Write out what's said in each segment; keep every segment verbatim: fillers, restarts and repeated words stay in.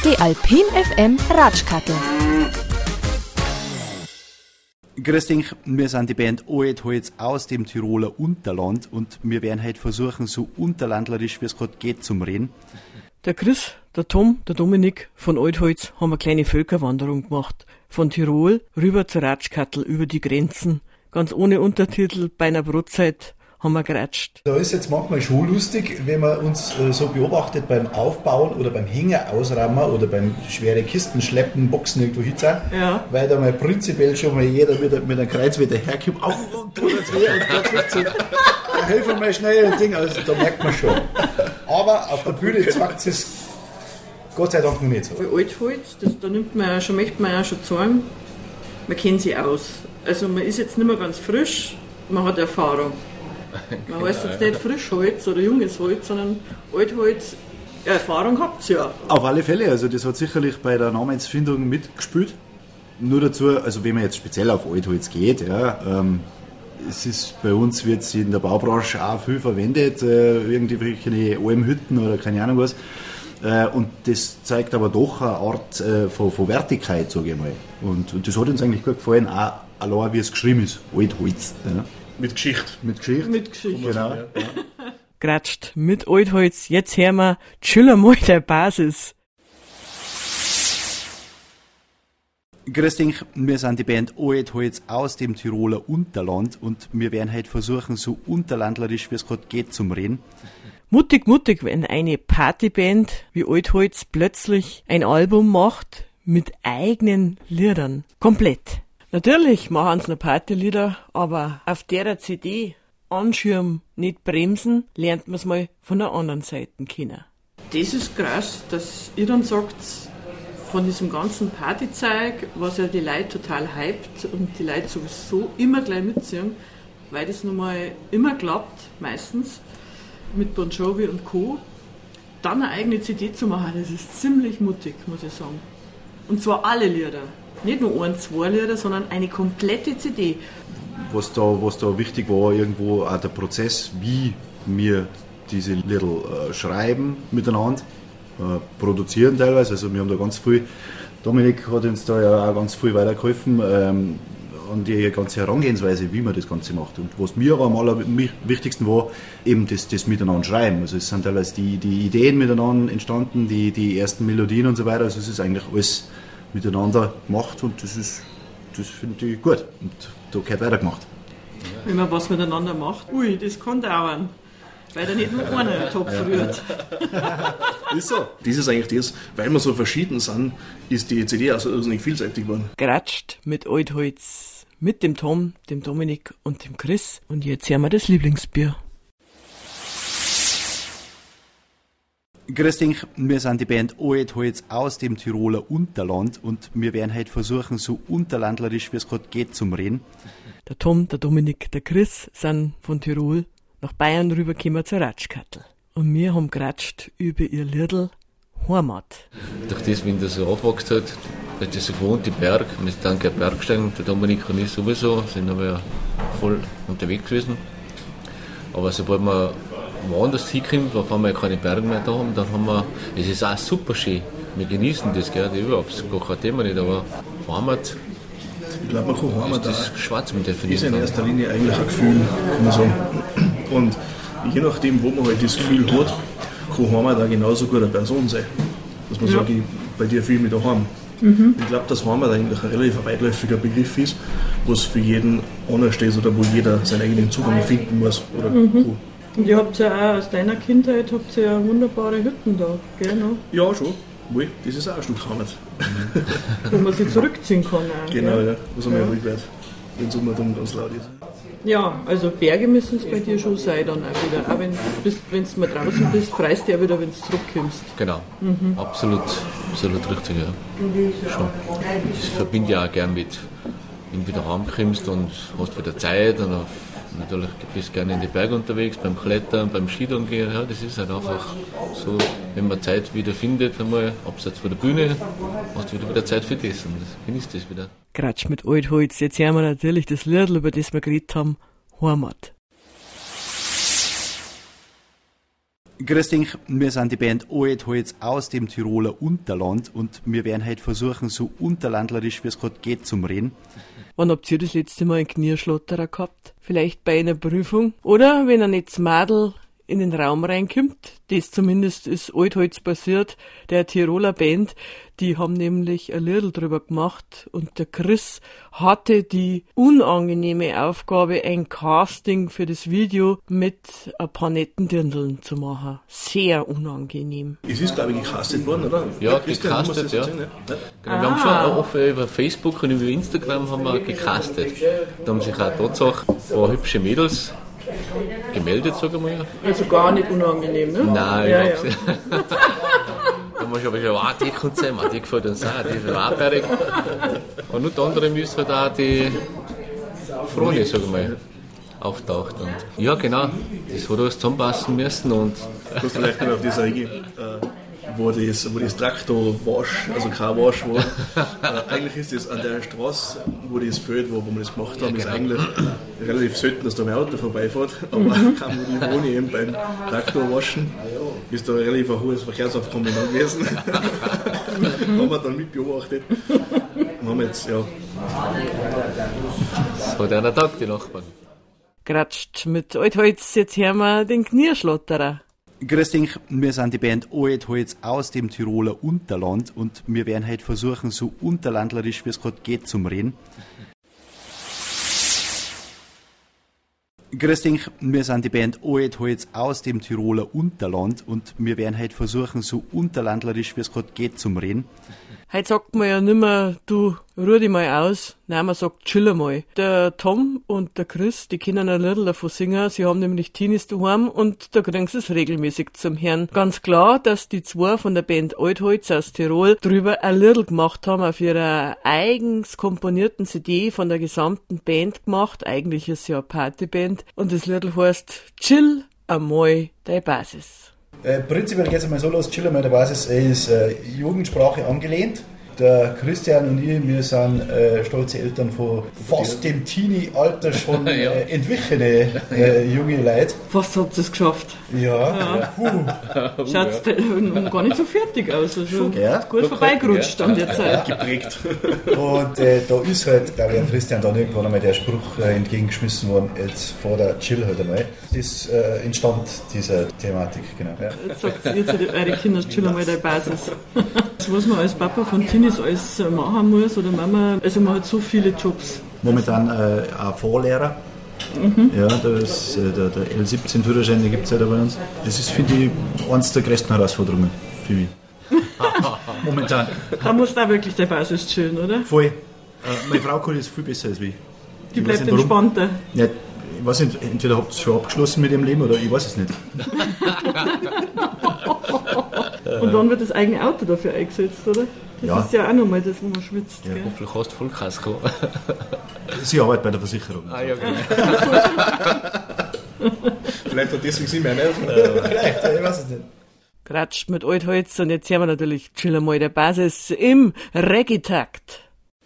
Die Alpin F M Ratschkattel. Grüß dich, wir sind die Band Oetholz aus dem Tiroler Unterland und wir werden heute versuchen, so unterlandlerisch wie es gerade geht, zum Reden. Der Chris, der Tom, der Dominik von Oetholz haben eine kleine Völkerwanderung gemacht. Von Tirol rüber zur Ratschkattel über die Grenzen. Ganz ohne Untertitel, bei einer Brotzeit haben wir geratscht. Da ist jetzt manchmal schon lustig, wenn man uns äh, so beobachtet beim Aufbauen oder beim Hängen ausrammen oder beim schwere Kisten schleppen, Boxen irgendwo hinzahlen, Ja. weil da mal prinzipiell schon mal jeder mit, mit einem Kreuz wieder herkommt, au, und tut jetzt weh und da zwickt so, ja, helfen wir mal schnell ein Ding, also da merkt man schon. Aber auf der Bühne zwackt es Gott sei Dank noch nicht so. Bei Altholz, das, da nimmt man ja schon, möchte man ja schon sagen, man kennt sich aus. Also man ist jetzt nicht mehr ganz frisch, man hat Erfahrung. Man heißt jetzt nicht Frischholz oder junges Holz, sondern Altholz. Ja, Erfahrung habt ihr ja. Auf alle Fälle, also das hat sicherlich bei der Namensfindung mitgespielt. Nur dazu, also wenn man jetzt speziell auf Altholz geht, ja, ähm, es ist bei uns, wird es in der Baubranche auch viel verwendet, äh, irgendwelche Almhütten oder keine Ahnung was. Äh, und das zeigt aber doch eine Art äh, von, von Wertigkeit, sage ich mal. Und, und das hat uns eigentlich gut gefallen, auch allein wie es geschrieben ist, Altholz. Ja. Mit Geschichte. Mit Geschichte. Mit Geschichte. Genau. Ja. Geratscht mit Altholz, jetzt hören wir Chiller mal der Basis. Grüß dich, wir sind die Band Oetholz aus dem Tiroler Unterland und wir werden heute versuchen, so unterlandlerisch wie es gerade geht, zum Reden. Mutig, mutig, wenn eine Partyband wie Altholz plötzlich ein Album macht mit eigenen Liedern. Komplett. Natürlich machen sie noch Partylieder, aber auf der C D anschirmen, nicht bremsen, lernt man es mal von der anderen Seite kennen. Das ist krass, dass ihr dann sagt, von diesem ganzen Partyzeug, was ja die Leute total hypt und die Leute sowieso immer gleich mitziehen, weil das nun mal immer klappt, meistens, mit Bon Jovi und Co., dann eine eigene C D zu machen, das ist ziemlich mutig, muss ich sagen. Und zwar alle Lieder. Nicht nur ein, zwei Lieder, sondern eine komplette C D. Was da, was da wichtig war, irgendwo auch der Prozess, wie wir diese Lieder äh, schreiben miteinander, äh, produzieren teilweise. Also wir haben da ganz viel, Dominik hat uns da ja auch ganz viel weitergeholfen ähm, an die ganze Herangehensweise, wie man das Ganze macht. Und was mir aber am allerwichtigsten war, eben das, das Miteinander schreiben. Also es sind teilweise die, die Ideen miteinander entstanden, die, die ersten Melodien und so weiter. Also es ist eigentlich alles miteinander gemacht und das ist, das finde ich gut und da gehört weitergemacht. Wenn man was miteinander macht, ui, das kann dauern, weil da nicht nur einer den Topf rührt. Ist so. Das ist eigentlich das, weil wir so verschieden sind, ist die C D also nicht vielseitig geworden. Geratscht mit Altholz, mit dem Tom, dem Dominik und dem Chris. Und jetzt hören wir das Lieblingsbier. Grüß dich, wir sind die Band Oetholz aus dem Tiroler Unterland und wir werden heute versuchen, so unterlandlerisch wie es gerade geht, zum Reden. Der Tom, der Dominik, der Chris sind von Tirol nach Bayern rübergekommen zur Ratschkattel. Und wir haben geratscht über ihr Liedl Heimat. Durch das, wenn das so aufwächst hat, ist das so gewohnt, die Berg. Wir sind dann kein Bergsteigen, der Dominik und ich sowieso, sind aber ja voll unterwegs gewesen. Aber sobald man woanders hinkommt, auf einmal keine Berge mehr da haben, dann haben wir, es ist auch super schön. Wir genießen das, gell, überhaupt gar kein Thema nicht, aber Heimat, Ich glaube, man kann Heimat das ist schwarz mit ist in definieren. erster Linie eigentlich ein Gefühl, kann man sagen. Und je nachdem, wo man halt das Gefühl hat, kann Heimat auch genauso gut eine Person sein. Dass man Ja. sagt, ich, bei dir fühle ich mich daheim. Mhm. Ich glaube, dass Heimat eigentlich ein relativ weitläufiger Begriff ist, was für jeden anders ist oder wo jeder seinen eigenen Zugang finden muss. Oder mhm. Und ihr habt ja auch aus deiner Kindheit habt ihr ja wunderbare Hütten da, gell? No? Ja, schon. Wohl, das ist auch ein Stück Heimat. Wo man sich zurückziehen kann. Auch, Genau, gell? ja. Was einmal ruhig wird, wenn es um und um ganz laut ist. Ja, also Berge müssen es bei dir schon sein dann auch wieder. Auch wenn du mal draußen bist, freust du ja wieder, wenn du zurückkommst. Genau, mhm. absolut, absolut richtig, ja. Schon. Das verbinde ich auch gern mit, wenn du wieder heimkommst und hast wieder Zeit und auf, natürlich bist du gerne in die Berge unterwegs, beim Klettern, beim Skifahren gehen, ja, das ist halt einfach so, wenn man Zeit wieder findet, einmal abseits von der Bühne, hast du wieder, wieder Zeit für das und das genießt das wieder. Gratsch mit Altholz, jetzt hören wir natürlich das Liedl, über das wir geredet haben, Heimat. Grüß dich, wir sind die Band Oet Holz aus dem Tiroler Unterland und wir werden heute versuchen, so unterlandlerisch wie es gerade geht zum Reden. Wann habt ihr das letzte Mal einen Knirschlotterer gehabt? Vielleicht bei einer Prüfung? Oder wenn ein nettes Madel in den Raum reinkommt, das zumindest ist Altholz passiert, der Tiroler Band, die haben nämlich ein Liedl drüber gemacht und der Chris hatte die unangenehme Aufgabe, ein Casting für das Video mit ein paar netten Dirndln zu machen. Sehr unangenehm. Es ist, glaube ich, gecastet worden, oder? Ja, Christian, gecastet, du ja. musst das erzählen, ja. Genau, wir haben schon auch offen über Facebook und über Instagram haben wir gecastet. Da haben sich auch Tatsache ein paar hübsche Mädels gemeldet, sag ich mal. Also gar nicht unangenehm, ne? Nein, ja, überhaupt nicht. Da haben wir schon gesagt, wow, die kommt sein, die gefällt uns auch, die ist wahrhärig. Und unter anderem ist halt auch die Froni, sag ich mal, auftaucht. Und ja, genau, das hat alles zusammenpassen müssen. Und kannst du vielleicht noch auf das eingehen, äh, wo das, wo das Traktor-Wasch, also kein Wasch war. äh, eigentlich ist das an der Straße, wo das Feld war, wo wir das gemacht haben, Ja, ist genau. eigentlich relativ selten, dass da mein Auto vorbeifährt. Aber mhm. kann man die Wohne eben beim Traktorwaschen, ist da relativ ein hohes Verkehrsaufkommen gewesen. Haben wir dann mit beobachtet. Und haben jetzt, ja. das hat einer Tag, die Nachbarn. Gratscht mit Altholz, jetzt hören wir den Knirschlotterer. Grüß dich, wir sind die Band Oet Holz aus dem Tiroler Unterland und wir werden heute versuchen, so unterlandlerisch wie es gerade geht zum Reden. Grüß dich, wir sind die Band Oet Holz aus dem Tiroler Unterland und wir werden heute versuchen, so unterlandlerisch wie es gerade geht zum Reden. Heute sagt man ja nimmer, du ruh dich mal aus. Nein, man sagt chill mal. Der Tom und der Chris, die können ein Liedl davon singen. Sie haben nämlich Teenies daheim und da kriegen sie es regelmäßig zum Hören. Ganz klar, dass die zwei von der Band Altholz aus Tirol drüber ein Liedl gemacht haben, auf ihrer eigens komponierten C D von der gesamten Band gemacht. Eigentlich ist es ja eine Partyband. Und das Liedl heißt Chill einmal deine Basis. Äh, prinzipiell geht es einmal so los, Chill einmal der Basis ist äh, Jugendsprache angelehnt. Der Christian und ich, wir sind äh, stolze Eltern von fast dem Teenie-Alter schon Ja. äh, entwichene äh, junge Leute. Fast habt ihr es geschafft. Ja, ja. Puh. Schaut gar nicht so fertig aus. Also Ja. gut vorbeigerutscht an der Zeit. Geprägt. Und äh, da ist halt, glaube ich, an Christian dann irgendwann einmal der Spruch äh, entgegengeschmissen worden, jetzt vor der Chill halt einmal. Das äh, entstand dieser Thematik, genau. Ja. Jetzt sagt jetzt hat eure Kinder chill einmal deine Basis. Das, was man als Papa von Teenies alles machen muss oder Mama, also man hat so viele Jobs. Momentan äh, auch Fahrlehrer. Mhm. Ja, das, äh, der, der L siebzehn Führerschein, den gibt es ja da bei uns. Das ist für die eines der größten Herausforderungen für mich. Momentan. Da musst du auch wirklich deine Basis chillen, oder? Voll. Äh, meine Frau kann das viel besser als ich. Die Ich weiß bleibt nicht, warum. entspannter. Ja, ich weiß nicht, entweder habt ihr schon abgeschlossen mit ihrem Leben oder ich weiß es nicht. Und dann wird das eigene Auto dafür eingesetzt, oder? Das Ja. ist ja auch nochmal das, wo man schwitzt. Ja. Gell? Hoffentlich hast du Vollkasko. Sie arbeitet bei der Versicherung. Ah, ja, genau. Vielleicht hat deswegen sie mehr nicht. Vielleicht, ich weiß es nicht. Gratscht mit Altholz und jetzt hören wir natürlich chill einmal der Basis im Reggae-Takt.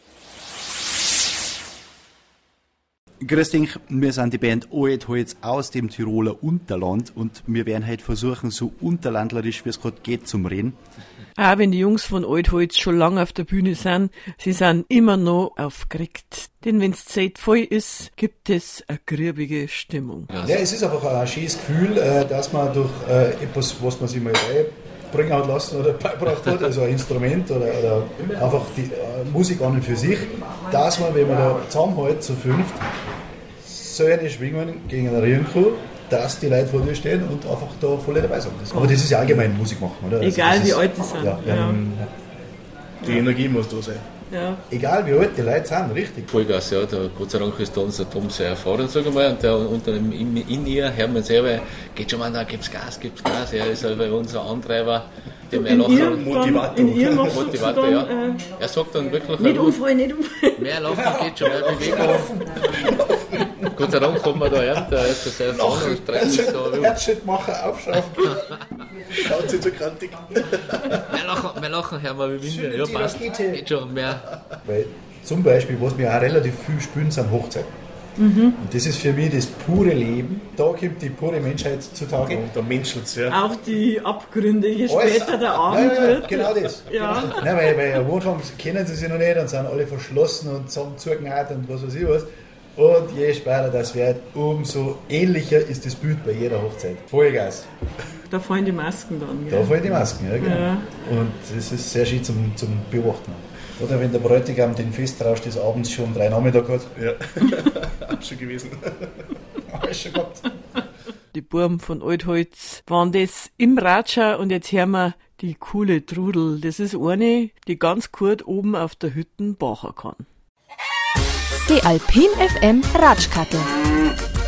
Grüß dich, wir sind die Band Oet Holz aus dem Tiroler Unterland und wir werden heute versuchen, so unterlandlerisch wie es gerade geht zum Reden. Auch wenn die Jungs von Altholz schon lange auf der Bühne sind, sie sind immer noch aufgeregt. Denn wenn's Zeit voll ist, gibt es eine grübige Stimmung. Ja, es ist einfach ein schönes Gefühl, äh, dass man durch äh, etwas, was man sich mal bringen hat lassen oder beigebracht hat, also ein Instrument oder, oder einfach die äh, Musik an und für sich, dass man, wenn man da zusammenhält, zu fünft, so eine Schwingungen generieren kann, dass die Leute vor dir stehen und einfach da voll dabei sind. Aber das ist ja allgemein Musik machen, oder? Also Egal das wie ist, alt die sind. Ja, ja, Ja. Die Energie muss da sein. Ja. Egal wie alt die Leute sind, richtig. Vollgas, ja. Da, Gott sei Dank ist da unser Tom sehr erfahren, sag ich mal. Und der, unter dem, in, in ihr hört man selber, geht schon mal da, gibt's Gas, gibt's Gas. Er ist selber unser Antreiber, dem er In ihr, lachen. dann, Motivator. in ihr machst du Motivator, dann, ja. äh, Er sagt dann wirklich, nicht umfallen, nicht umfallen. mehr Lachen geht schon, mehr Bewegung. Gott sei Dank kommt man da her, der ist da sehr erfahren und treibt sich da. Mehr Herzschritt machen, aufschrauben. Schaut sie so krantig. Lachen, mehr Lachen hören wir wie Winde. Ja, passt. Geht schon, mehr. Weil zum Beispiel, was wir auch relativ viel spielen, sind Hochzeiten. Mhm. Und das ist für mich das pure Leben. Da kommt die pure Menschheit zutage. Und da menschelt's, ja. Auch die Abgründe, je Alles. später der Abend ja, ja, wird. genau das. Ja. Genau. Nein, weil, weil am Anfang kennen sie sich noch nicht und sind alle verschlossen und zusammen zugenäht und was weiß ich was. Und je später das wird, umso ähnlicher ist das Bild bei jeder Hochzeit. Vollgas. Da fallen die Masken dann. Da Gell? fallen die Masken, ja, genau. Ja. Und das ist sehr schön zum, zum Beobachten. Oder wenn der Bräutigam den Festrausch des Abends schon drei Nachmittag hat. Ja, schon gewesen. Alles schon gehabt. Die Buben von Altholz waren das im Ratscher und jetzt hören wir die coole Trudel. Das ist eine, die ganz gut oben auf der Hütten bachen kann. Die Alpin F M Ratschkattel.